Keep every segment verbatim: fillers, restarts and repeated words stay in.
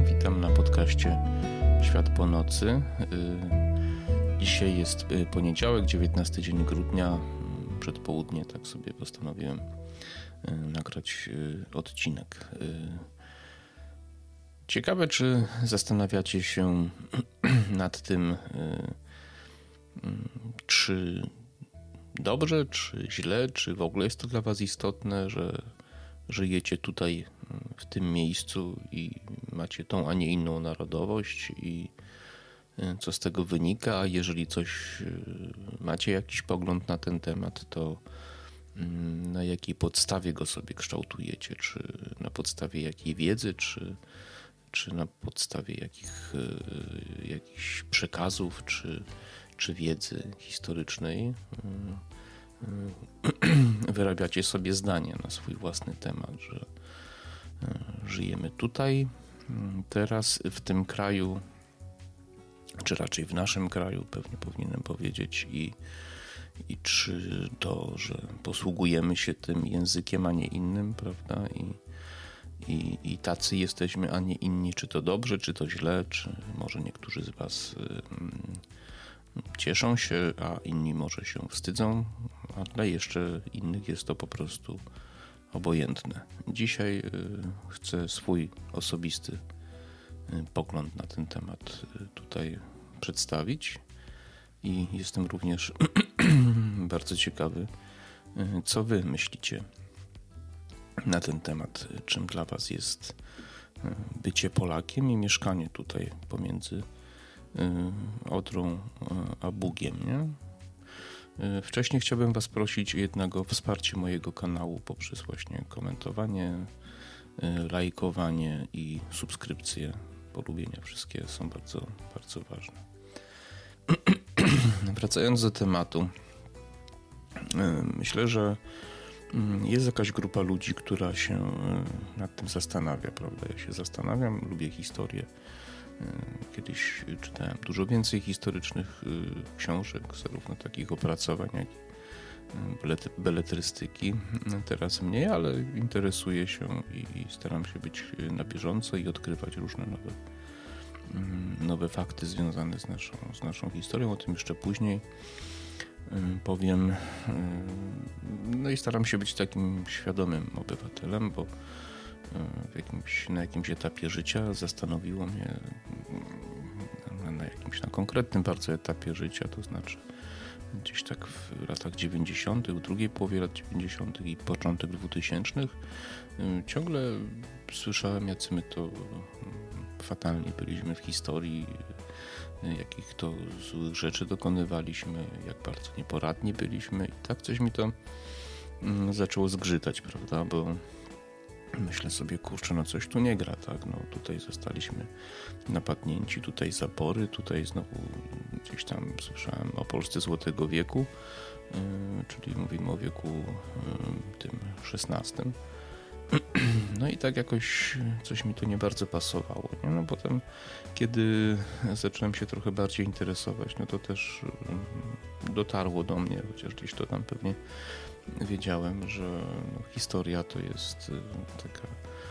Witam na podcaście Świat po nocy. Dzisiaj jest poniedziałek, dziewiętnasty dzień grudnia. Przedpołudnie tak sobie postanowiłem nagrać odcinek. Ciekawe, czy zastanawiacie się nad tym, czy dobrze, czy źle, czy w ogóle jest to dla was istotne, że żyjecie tutaj w tym miejscu i macie tą, a nie inną narodowość i co z tego wynika, a jeżeli coś macie jakiś pogląd na ten temat, to na jakiej podstawie go sobie kształtujecie, czy na podstawie jakiej wiedzy, czy, czy na podstawie jakich, jakichś przekazów, czy, czy wiedzy historycznej wyrabiacie sobie zdanie na swój własny temat, że żyjemy tutaj, teraz w tym kraju, czy raczej w naszym kraju, pewnie powinienem powiedzieć, i, i czy to, że posługujemy się tym językiem, a nie innym, prawda, i, i, i tacy jesteśmy, a nie inni, czy to dobrze, czy to źle, czy może niektórzy z was cieszą się, a inni może się wstydzą, a dla jeszcze innych jest to po prostu obojętne. Dzisiaj chcę swój osobisty pogląd na ten temat tutaj przedstawić i jestem również bardzo ciekawy, co wy myślicie na ten temat, czym dla was jest bycie Polakiem i mieszkanie tutaj pomiędzy Odrą a Bugiem, nie? Wcześniej chciałbym was prosić jednak o wsparcie mojego kanału poprzez właśnie komentowanie, lajkowanie i subskrypcje, polubienia. Wszystkie są bardzo, bardzo ważne. Wracając do tematu, myślę, że jest jakaś grupa ludzi, która się nad tym zastanawia, prawda? Ja się zastanawiam, lubię historię. Kiedyś czytałem dużo więcej historycznych książek, zarówno takich opracowań, jak i beletrystyki. Teraz mniej, ale interesuję się i staram się być na bieżąco i odkrywać różne nowe, nowe fakty związane z naszą, z naszą historią. O tym jeszcze później powiem. No i staram się być takim świadomym obywatelem, bo w jakimś, na jakimś etapie życia zastanowiło mnie, na jakimś, na konkretnym bardzo etapie życia, to znaczy gdzieś tak w latach dziewięćdziesiątych, w drugiej połowie lat dziewięćdziesiątych i początek dwutysięcznych ciągle słyszałem, jacy my to fatalni byliśmy w historii, jakich to złych rzeczy dokonywaliśmy, jak bardzo nieporadni byliśmy i tak coś mi to zaczęło zgrzytać, prawda, bo myślę sobie, kurczę, no coś tu nie gra, tak, no tutaj zostaliśmy napadnięci, tutaj zabory, tutaj znowu gdzieś tam słyszałem o Polsce Złotego Wieku, yy, czyli mówimy o wieku yy, tym szesnastym. No i tak jakoś coś mi to nie bardzo pasowało, nie? No potem, kiedy zacząłem się trochę bardziej interesować, no to też dotarło do mnie, chociaż gdzieś to tam pewnie wiedziałem, że no, historia to jest taka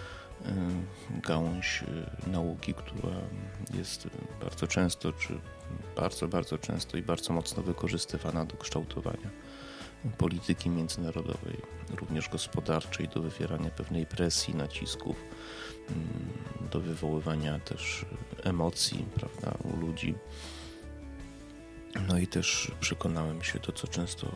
gałąź nauki, która jest bardzo często, czy bardzo, bardzo często i bardzo mocno wykorzystywana do kształtowania polityki międzynarodowej, również gospodarczej, do wywierania pewnej presji, nacisków, do wywoływania też emocji, prawda, u ludzi. No i też przekonałem się to, co często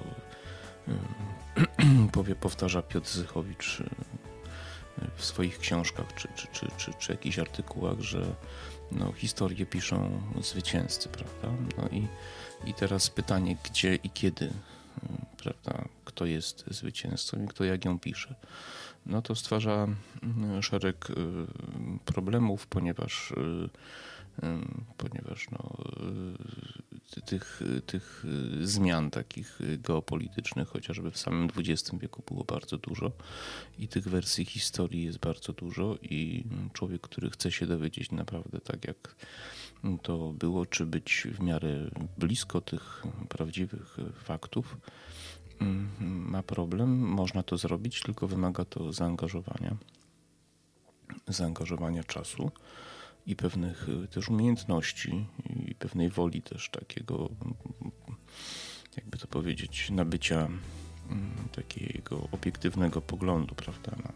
powie, powtarza Piotr Zychowicz w swoich książkach czy, czy, czy, czy, czy jakichś artykułach, że no, historię piszą zwycięzcy, prawda? No i, i teraz pytanie, gdzie i kiedy, prawda, kto jest zwycięzcą i kto jak ją pisze. No to stwarza szereg problemów, ponieważ ponieważ no, tych, tych zmian takich geopolitycznych chociażby w samym dwudziestym wieku było bardzo dużo i tych wersji historii jest bardzo dużo i człowiek, który chce się dowiedzieć naprawdę tak jak to było, czy być w miarę blisko tych prawdziwych faktów, ma problem. Można to zrobić, tylko wymaga to zaangażowania, zaangażowania czasu i pewnych też umiejętności i pewnej woli też takiego, jakby to powiedzieć, nabycia takiego obiektywnego poglądu, prawda, na,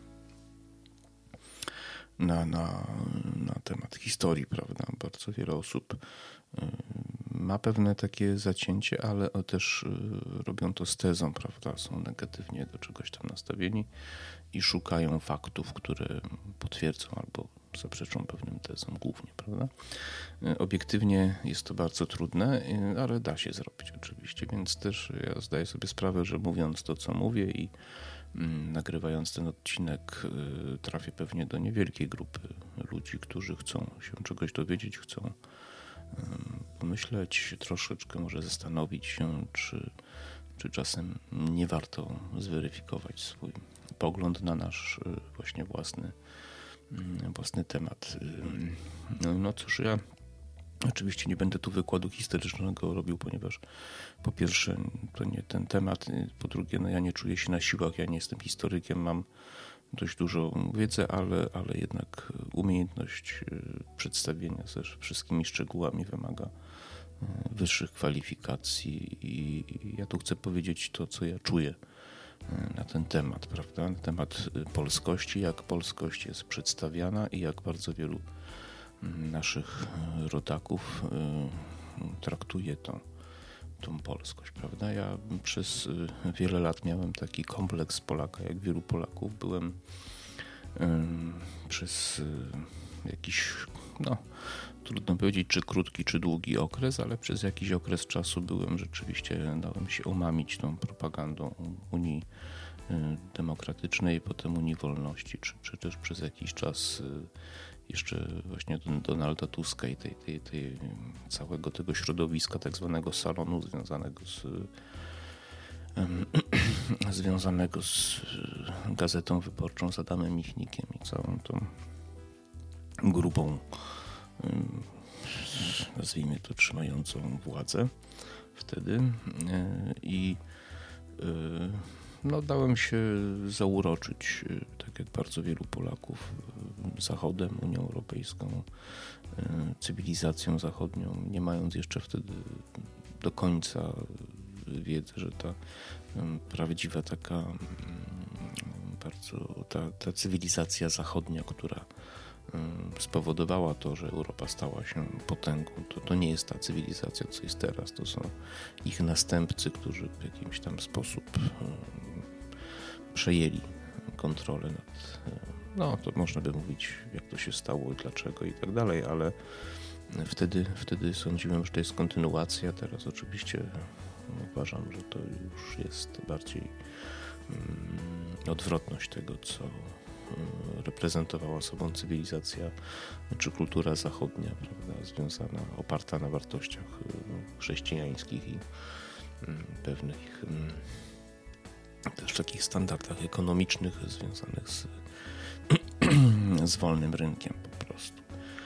na, na, na temat historii, prawda. Bardzo wiele osób ma pewne takie zacięcie, ale też robią to z tezą, prawda, są negatywnie do czegoś tam nastawieni i szukają faktów, które potwierdzą albo zaprzeczą pewnym tezom głównie, prawda. Obiektywnie jest to bardzo trudne, ale da się zrobić oczywiście, więc też ja zdaję sobie sprawę, że mówiąc to, co mówię i nagrywając ten odcinek, trafię pewnie do niewielkiej grupy ludzi, którzy chcą się czegoś dowiedzieć, chcą pomyśleć, troszeczkę może zastanowić się, czy, czy czasem nie warto zweryfikować swój pogląd na nasz właśnie własny, własny temat. No, no cóż, ja oczywiście nie będę tu wykładu historycznego robił, ponieważ po pierwsze to nie ten temat, po drugie no ja nie czuję się na siłach, ja nie jestem historykiem, mam dość dużą wiedzę, ale, ale jednak umiejętność przedstawienia ze wszystkimi szczegółami wymaga wyższych kwalifikacji i ja tu chcę powiedzieć to, co ja czuję na ten temat, prawda? Na temat polskości, jak polskość jest przedstawiana i jak bardzo wielu naszych rodaków traktuje to, tą polskość, prawda? Ja przez wiele lat miałem taki kompleks Polaka, jak wielu Polaków. Byłem przez jakiś, no trudno powiedzieć, czy krótki, czy długi okres, ale przez jakiś okres czasu byłem rzeczywiście, dałem się omamić tą propagandą Unii Demokratycznej, potem Unii Wolności, czy, czy też przez jakiś czas jeszcze właśnie Donalda Tuska i tej, tej, tej całego tego środowiska tak zwanego salonu związanego z um, związanego z Gazetą Wyborczą, z Adamem Michnikiem i całą tą grupą um, nazwijmy to trzymającą władzę wtedy i y, no, dałem się zauroczyć, tak jak bardzo wielu Polaków, Zachodem, Unią Europejską, cywilizacją zachodnią, nie mając jeszcze wtedy do końca wiedzy, że ta prawdziwa taka bardzo, ta, ta cywilizacja zachodnia, która spowodowała to, że Europa stała się potęgą, to, to nie jest ta cywilizacja, co jest teraz, to są ich następcy, którzy w jakimś tam sposób przejęli kontrolę nad, no to można by mówić, jak to się stało, dlaczego i tak dalej, ale wtedy, wtedy sądziłem, że to jest kontynuacja, teraz oczywiście uważam, że to już jest bardziej mm, odwrotność tego, co reprezentowała sobą cywilizacja czy kultura zachodnia, prawda, związana, oparta na wartościach chrześcijańskich i pewnych też takich standardach ekonomicznych związanych z, z wolnym rynkiem po prostu.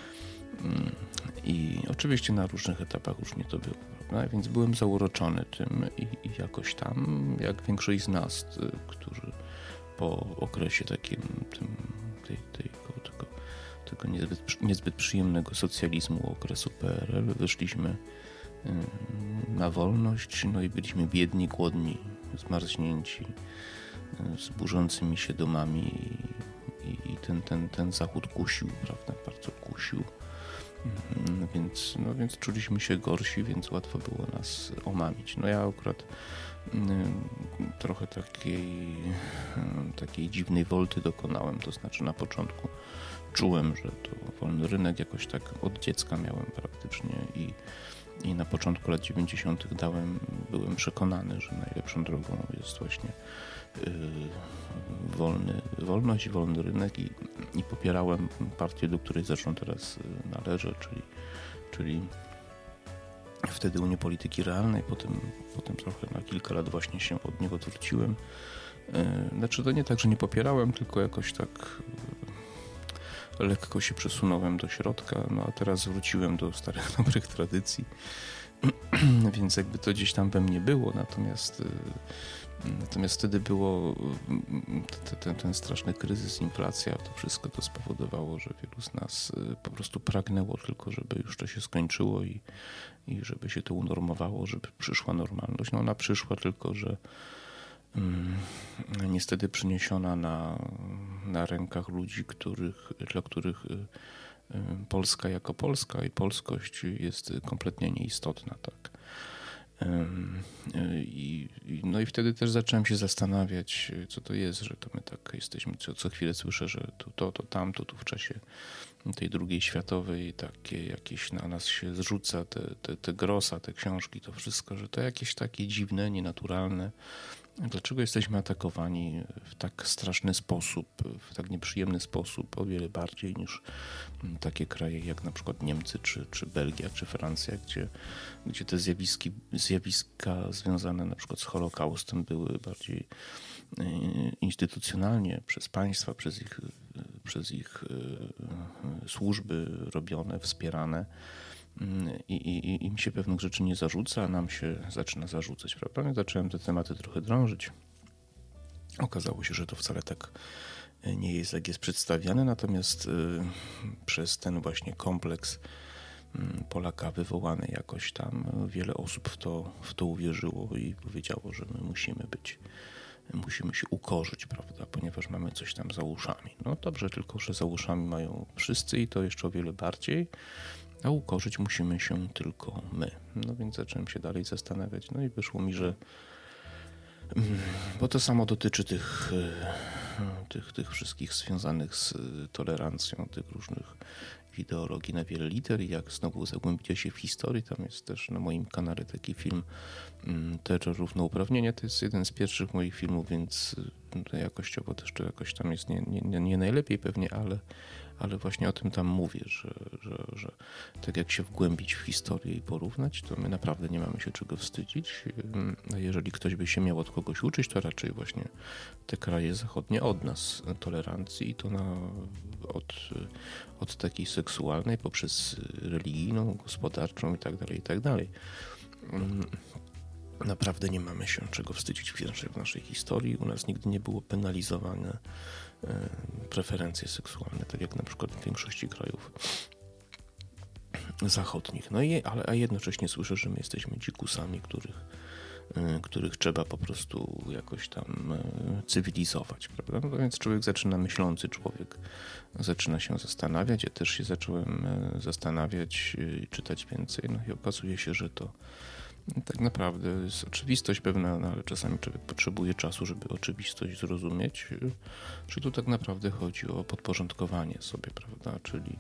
I oczywiście na różnych etapach różnie to było, prawda? Więc byłem zauroczony tym i, i jakoś tam, jak większość z nas, którzy po okresie takim tym, tej, tej, tego, tego niezbyt, niezbyt przyjemnego socjalizmu okresu P R L wyszliśmy na wolność, no i byliśmy biedni, głodni, zmarznięci, z burzącymi się domami i, i ten, ten, ten Zachód kusił, prawda, bardzo kusił, no więc, no więc czuliśmy się gorsi, więc łatwo było nas omamić. No ja akurat trochę takiej, takiej dziwnej wolty dokonałem, to znaczy na początku czułem, że to wolny rynek jakoś tak od dziecka miałem praktycznie i, i na początku lat dziewięćdziesiątych dałem, byłem przekonany, że najlepszą drogą jest właśnie yy, wolny, wolność i wolny rynek i, i popierałem partię, do której zresztą teraz należę, czyli, czyli wtedy Unię Polityki Realnej, potem, potem trochę na kilka lat właśnie się od niego odwróciłem. Znaczy to nie tak, że nie popierałem, tylko jakoś tak lekko się przesunąłem do środka, no a teraz wróciłem do starych, dobrych tradycji, więc jakby to gdzieś tam we mnie było, natomiast Natomiast wtedy było ten, ten, ten straszny kryzys, inflacja, to wszystko to spowodowało, że wielu z nas po prostu pragnęło tylko, żeby już to się skończyło i, i żeby się to unormowało, żeby przyszła normalność. No ona przyszła, tylko że um, niestety przyniesiona na, na rękach ludzi, których, dla których Polska jako Polska i polskość jest kompletnie nieistotna, tak. I, no i wtedy też zacząłem się zastanawiać, co to jest, że to my tak jesteśmy, co, co chwilę słyszę, że tu to, to tamto, tu w czasie tej drugiej światowej takie jakieś na nas się zrzuca, te, te, te grosa, te książki, to wszystko, że to jakieś takie dziwne, nienaturalne. Dlaczego jesteśmy atakowani w tak straszny sposób, w tak nieprzyjemny sposób, o wiele bardziej niż takie kraje jak na przykład Niemcy, czy, czy Belgia, czy Francja, gdzie, gdzie te zjawiski, zjawiska związane na przykład z Holokaustem były bardziej instytucjonalnie przez państwa, przez ich, przez ich służby robione, wspierane. I, i, im się pewnych rzeczy nie zarzuca, a nam się zaczyna zarzucać, prawda? Ja zacząłem te tematy trochę drążyć. Okazało się, że to wcale tak nie jest, jak jest przedstawiane, natomiast y, przez ten właśnie kompleks y, Polaka wywołany jakoś tam, wiele osób w to, w to uwierzyło i powiedziało, że my musimy być, musimy się ukorzyć, prawda, ponieważ mamy coś tam za uszami. No dobrze, tylko że za uszami mają wszyscy i to jeszcze o wiele bardziej, a ukorzyć musimy się tylko my. No więc zacząłem się dalej zastanawiać, no i wyszło mi, że bo to samo dotyczy tych, tych, tych wszystkich związanych z tolerancją, tych różnych ideologii na wiele liter i jak znowu zagłębicie się w historii, tam jest też na moim kanale taki film Terror Równouprawnienie, to jest jeden z pierwszych moich filmów, więc jakościowo też to jakoś tam jest nie, nie, nie najlepiej pewnie, ale ale właśnie o tym tam mówię, że, że, że tak jak się wgłębić w historię i porównać, to my naprawdę nie mamy się czego wstydzić. A jeżeli ktoś by się miał od kogoś uczyć, to raczej właśnie te kraje zachodnie od nas tolerancji i to na, od, od takiej seksualnej poprzez religijną, gospodarczą i tak dalej, i tak dalej. Naprawdę nie mamy się czego wstydzić w naszej historii. U nas nigdy nie było penalizowane preferencje seksualne, tak jak na przykład w większości krajów zachodnich. No i, ale, a jednocześnie słyszę, że my jesteśmy dzikusami, których, których trzeba po prostu jakoś tam cywilizować, prawda? No więc człowiek zaczyna, myślący człowiek zaczyna się zastanawiać. Ja też się zacząłem zastanawiać, czytać więcej, no i okazuje się, że to tak naprawdę jest oczywistość pewna, no ale czasami człowiek potrzebuje czasu, żeby oczywistość zrozumieć, że tu tak naprawdę chodzi o podporządkowanie sobie, prawda, czyli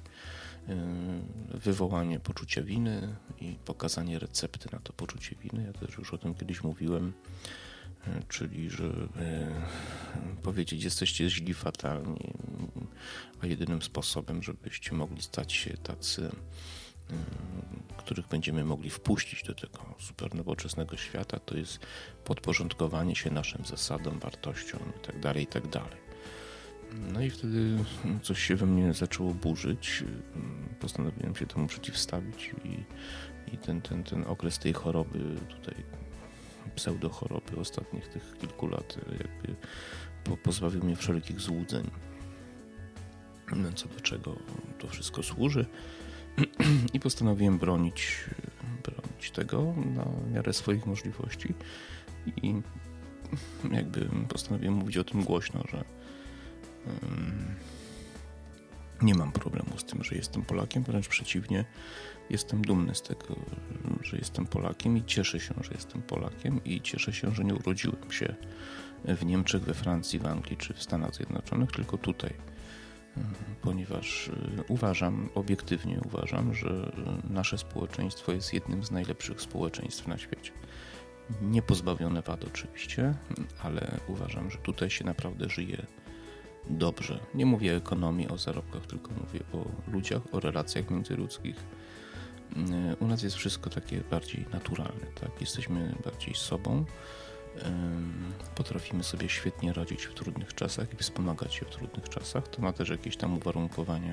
wywołanie poczucia winy i pokazanie recepty na to poczucie winy. Ja też już o tym kiedyś mówiłem, czyli że powiedzieć, jesteście źli, fatalni, a jedynym sposobem, żebyście mogli stać się tacy, których będziemy mogli wpuścić do tego super nowoczesnego świata, to jest podporządkowanie się naszym zasadom, wartościom itd., itd. No i wtedy coś się we mnie zaczęło burzyć. Postanowiłem się temu przeciwstawić i, i ten, ten, ten okres tej choroby, tutaj pseudochoroby ostatnich tych kilku lat jakby po, pozbawił mnie wszelkich złudzeń, co do czego to wszystko służy. I postanowiłem bronić, bronić tego na miarę swoich możliwości i jakby postanowiłem mówić o tym głośno, że um, nie mam problemu z tym, że jestem Polakiem, wręcz przeciwnie, jestem dumny z tego, że jestem Polakiem i cieszę się, że jestem Polakiem i cieszę się, że nie urodziłem się w Niemczech, we Francji, w Anglii czy w Stanach Zjednoczonych, tylko tutaj. Ponieważ uważam, obiektywnie uważam, że nasze społeczeństwo jest jednym z najlepszych społeczeństw na świecie. Nie pozbawione wad oczywiście, ale uważam, że tutaj się naprawdę żyje dobrze. Nie mówię o ekonomii, o zarobkach, tylko mówię o ludziach, o relacjach międzyludzkich. U nas jest wszystko takie bardziej naturalne, tak? Jesteśmy bardziej sobą. Potrafimy sobie świetnie radzić w trudnych czasach i wspomagać się w trudnych czasach. To ma też jakieś tam uwarunkowania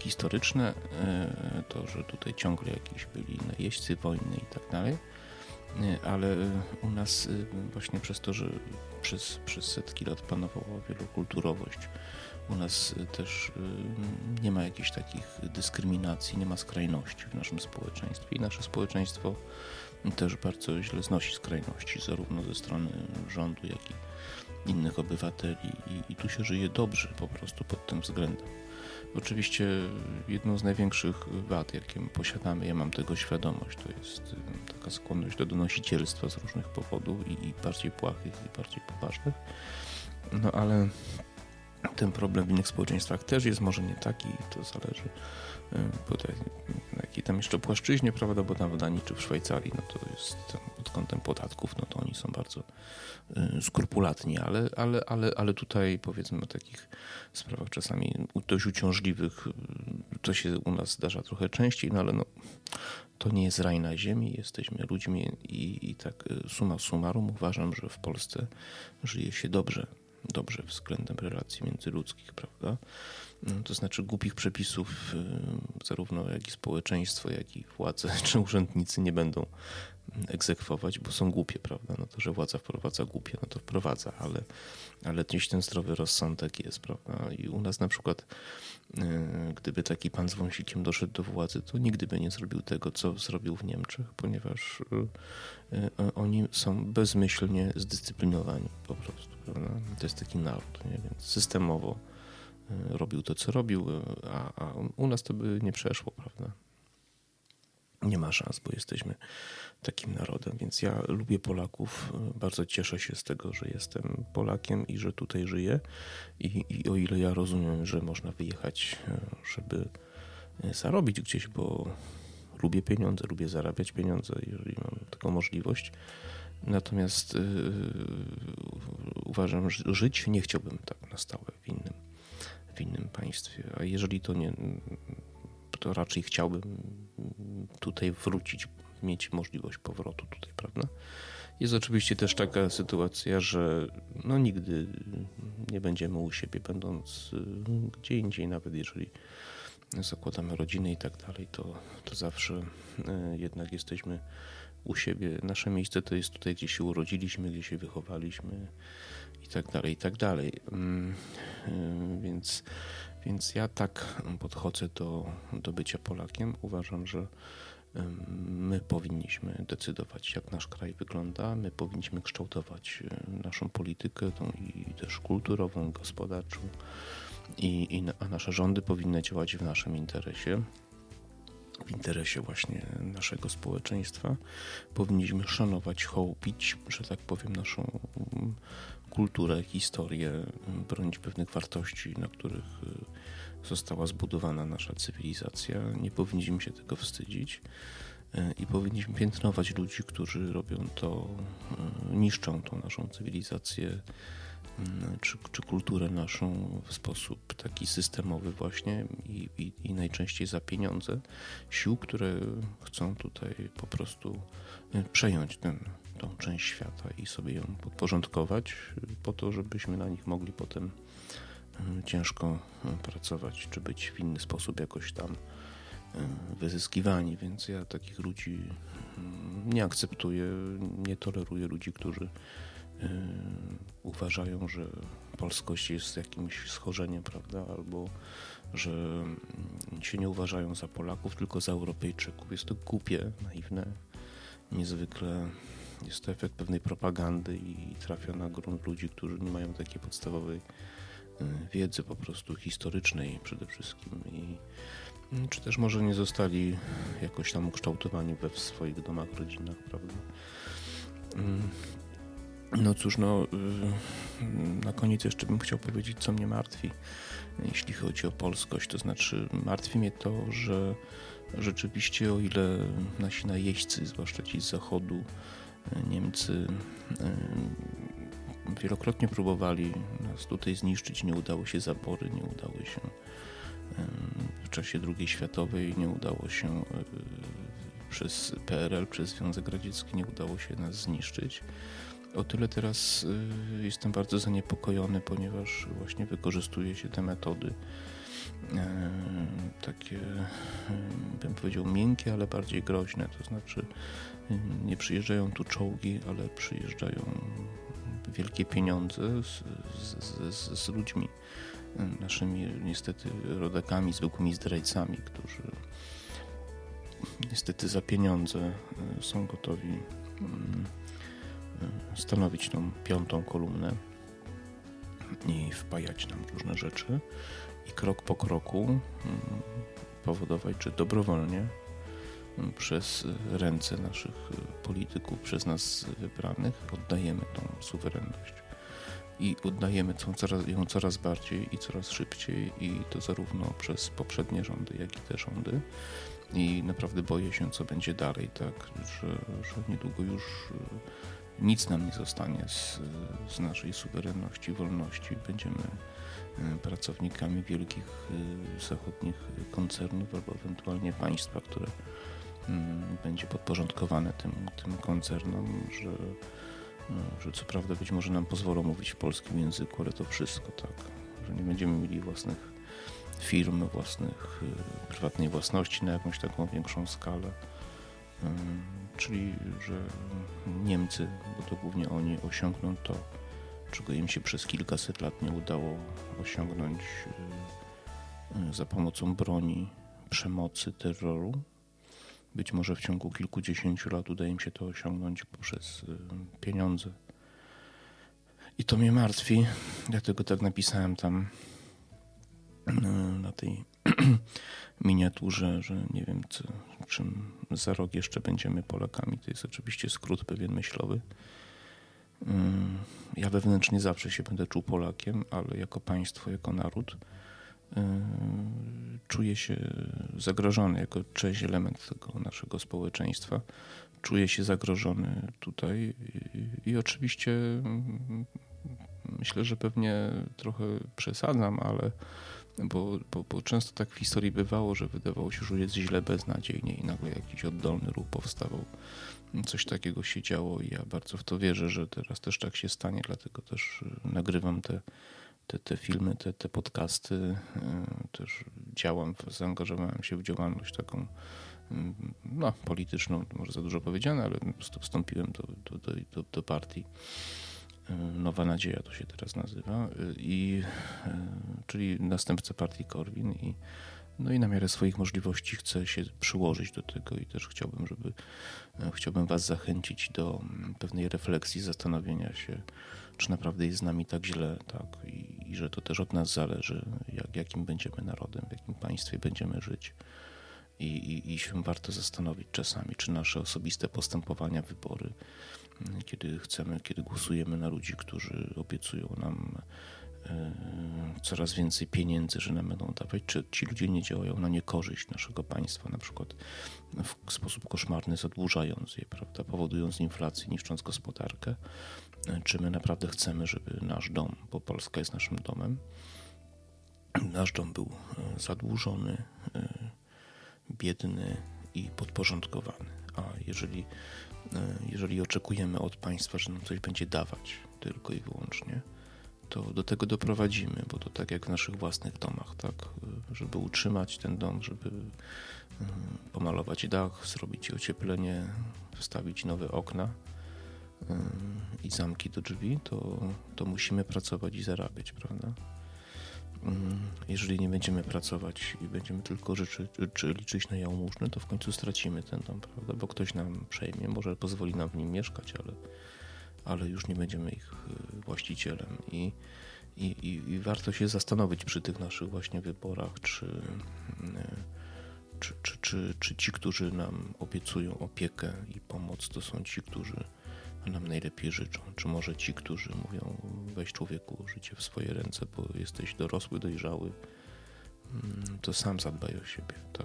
historyczne, to, że tutaj ciągle jakieś byli najeźdźcy, wojny i tak dalej. ale u nas właśnie przez to, że przez, przez setki lat panowała wielokulturowość, u nas też nie ma jakichś takich dyskryminacji, nie ma skrajności w naszym społeczeństwie i nasze społeczeństwo też bardzo źle znosi skrajności, zarówno ze strony rządu, jak i innych obywateli i, i tu się żyje dobrze po prostu pod tym względem. Oczywiście jedną z największych wad, jakie posiadamy, ja mam tego świadomość, to jest taka skłonność do donosicielstwa z różnych powodów i, i bardziej błahych, i bardziej poważnych. No ale ten problem w innych społeczeństwach też jest może nie taki, to zależy po tej, na jakiej tam jeszcze płaszczyźnie, prawda, bo tam w Danii czy w Szwajcarii, no to jest pod kątem podatków, no to oni są bardzo y, skrupulatni, ale, ale, ale, ale tutaj powiedzmy o takich sprawach czasami dość uciążliwych, to się u nas zdarza trochę częściej, no ale no, to nie jest raj na ziemi, jesteśmy ludźmi i, i tak summa summarum uważam, że w Polsce żyje się dobrze. dobrze względem relacji międzyludzkich, prawda? To znaczy głupich przepisów zarówno jak i społeczeństwo, jak i władze czy urzędnicy nie będą egzekwować, bo są głupie, prawda? No to, że władza wprowadza głupie, no to wprowadza, ale, ale gdzieś ten zdrowy rozsądek jest, prawda? I u nas na przykład gdyby taki pan z wąsikiem doszedł do władzy, to nigdy by nie zrobił tego, co zrobił w Niemczech, ponieważ oni są bezmyślnie zdyscyplinowani po prostu, prawda? To jest taki naród, nie? Więc systemowo robił to, co robił, a, a u nas to by nie przeszło, prawda? Nie ma szans, bo jesteśmy takim narodem, więc ja lubię Polaków, bardzo cieszę się z tego, że jestem Polakiem i że tutaj żyję i, i o ile ja rozumiem, że można wyjechać, żeby zarobić gdzieś, bo lubię pieniądze, lubię zarabiać pieniądze, jeżeli mam taką możliwość, natomiast yy, uważam, że żyć nie chciałbym tak na stałe w innym, w innym państwie, a jeżeli to nie, to raczej chciałbym tutaj wrócić, mieć możliwość powrotu tutaj, prawda? Jest oczywiście też taka sytuacja, że no nigdy nie będziemy u siebie, będąc gdzie indziej, nawet jeżeli zakładamy rodziny i tak dalej, to, to zawsze jednak jesteśmy u siebie. Nasze miejsce to jest tutaj, gdzie się urodziliśmy, gdzie się wychowaliśmy i tak dalej, i tak dalej. Więc, więc ja tak podchodzę do, do bycia Polakiem. Uważam, że my powinniśmy decydować, jak nasz kraj wygląda. My powinniśmy kształtować naszą politykę, tą i też kulturową, gospodarczą, i, i, a nasze rządy powinny działać w naszym interesie, w interesie właśnie naszego społeczeństwa. Powinniśmy szanować, hołubić, że tak powiem, naszą kulturę, historię, bronić pewnych wartości, na których została zbudowana nasza cywilizacja. Nie powinniśmy się tego wstydzić i powinniśmy piętnować ludzi, którzy robią to, niszczą tą naszą cywilizację czy, czy kulturę naszą w sposób taki systemowy właśnie i, i, i najczęściej za pieniądze sił, które chcą tutaj po prostu przejąć ten, tą część świata i sobie ją podporządkować po to, żebyśmy na nich mogli potem ciężko pracować, czy być w inny sposób jakoś tam wyzyskiwani, więc ja takich ludzi nie akceptuję, nie toleruję ludzi, którzy uważają, że polskość jest jakimś schorzeniem, prawda, albo że się nie uważają za Polaków, tylko za Europejczyków. Jest to głupie, naiwne, niezwykle. Jest to efekt pewnej propagandy i trafia na grunt ludzi, którzy nie mają takiej podstawowej wiedzy po prostu historycznej przede wszystkim i czy też może nie zostali jakoś tam ukształtowani we swoich domach, rodzinach, prawda. No cóż, no na koniec jeszcze bym chciał powiedzieć, co mnie martwi, jeśli chodzi o polskość. To znaczy martwi mnie to, że rzeczywiście o ile nasi najeźdźcy, zwłaszcza ci z zachodu, Niemcy, wielokrotnie próbowali nas tutaj zniszczyć, nie udało się zabory, nie udało się w czasie drugiej światowej, nie udało się przez P R L, przez Związek Radziecki, nie udało się nas zniszczyć. O tyle teraz jestem bardzo zaniepokojony, ponieważ właśnie wykorzystuje się te metody takie, bym powiedział, miękkie, ale bardziej groźne. To znaczy nie przyjeżdżają tu czołgi, ale przyjeżdżają wielkie pieniądze z, z, z, z ludźmi, naszymi niestety rodakami, zwykłymi zdrajcami, którzy niestety za pieniądze są gotowi stanowić tą piątą kolumnę i wpajać nam różne rzeczy i krok po kroku powodować, że dobrowolnie przez ręce naszych polityków, przez nas wybranych oddajemy tą suwerenność. I oddajemy ją coraz, ją coraz bardziej i coraz szybciej i to zarówno przez poprzednie rządy, jak i te rządy. I naprawdę boję się, co będzie dalej, tak, że, że niedługo już nic nam nie zostanie z, z naszej suwerenności, wolności. Będziemy pracownikami wielkich zachodnich koncernów albo ewentualnie państwa, które będzie podporządkowane tym, tym koncernom, że, że co prawda być może nam pozwolą mówić w polskim języku, ale to wszystko, tak, że nie będziemy mieli własnych firm, własnych, prywatnej własności na jakąś taką większą skalę. Czyli, że Niemcy, bo to głównie oni osiągną to, czego im się przez kilkaset lat nie udało osiągnąć za pomocą broni, przemocy, terroru. Być może w ciągu kilkudziesięciu lat uda im się to osiągnąć poprzez pieniądze. I to mnie martwi, dlatego tak napisałem tam na tej miniaturze, że nie wiem, co, czym za rok jeszcze będziemy Polakami. To jest oczywiście skrót pewien myślowy. Ja wewnętrznie zawsze się będę czuł Polakiem, ale jako państwo, jako naród czuję się zagrożony jako część element tego naszego społeczeństwa. Czuję się zagrożony tutaj i, i oczywiście myślę, że pewnie trochę przesadzam, ale bo, bo, bo często tak w historii bywało, że wydawało się, że jest źle, beznadziejnie i nagle jakiś oddolny ruch powstawał. Coś takiego się działo i ja bardzo w to wierzę, że teraz też tak się stanie, dlatego też nagrywam te, te, te filmy, te, te podcasty, też działam, zaangażowałem się w działalność taką no, polityczną, może za dużo powiedziane, ale po prostu wstąpiłem do, do, do, do partii. Nowa Nadzieja to się teraz nazywa, i, czyli następca partii Korwin i, no i na miarę swoich możliwości chcę się przyłożyć do tego i też chciałbym, żeby chciałbym was zachęcić do pewnej refleksji, zastanowienia się, czy naprawdę jest z nami tak źle, tak, i, i że to też od nas zależy, jak, jakim będziemy narodem, w jakim państwie będziemy żyć. I, i, I się warto zastanowić czasami, czy nasze osobiste postępowania, wybory, kiedy chcemy, kiedy głosujemy na ludzi, którzy obiecują nam e, coraz więcej pieniędzy, że nam będą dawać, czy ci ludzie nie działają na niekorzyść naszego państwa, na przykład w sposób koszmarny zadłużając je, prawda, powodując inflację, niszcząc gospodarkę, czy my naprawdę chcemy, żeby nasz dom, bo Polska jest naszym domem, nasz dom był zadłużony, biedny i podporządkowany. A jeżeli, jeżeli oczekujemy od państwa, że nam coś będzie dawać tylko i wyłącznie, to do tego doprowadzimy, bo to tak jak w naszych własnych domach, tak? Żeby utrzymać ten dom, żeby pomalować dach, zrobić ocieplenie, wstawić nowe okna i zamki do drzwi, to, to musimy pracować i zarabiać, prawda? Jeżeli nie będziemy pracować i będziemy tylko życzy, czy liczyć na jałmużnę, to w końcu stracimy ten dom, prawda? Bo ktoś nam przejmie, może pozwoli nam w nim mieszkać, ale, ale już nie będziemy ich właścicielem. I, i, i warto się zastanowić przy tych naszych właśnie wyborach, czy, czy, czy, czy, czy ci, którzy nam obiecują opiekę i pomoc, to są ci, którzy nam najlepiej życzą. Czy może ci, którzy mówią, weź człowieku życie w swoje ręce, bo jesteś dorosły, dojrzały, to sam zadbaj o siebie, tak.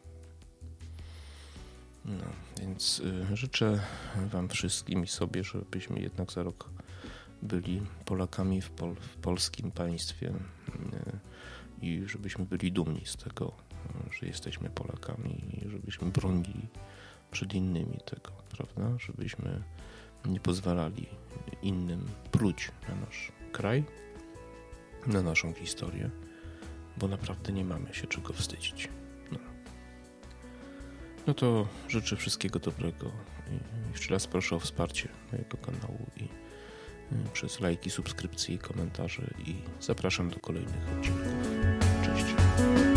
No, więc y, życzę wam wszystkim i sobie, żebyśmy jednak za rok byli Polakami w, pol, w polskim państwie y, i żebyśmy byli dumni z tego, że jesteśmy Polakami i żebyśmy bronili przed innymi tego, prawda, żebyśmy nie pozwalali innym pluć na nasz kraj, na naszą historię, bo naprawdę nie mamy się czego wstydzić. No, no to życzę wszystkiego dobrego. I jeszcze raz proszę o wsparcie mojego kanału i przez lajki, subskrypcje i komentarze i zapraszam do kolejnych odcinków. Cześć.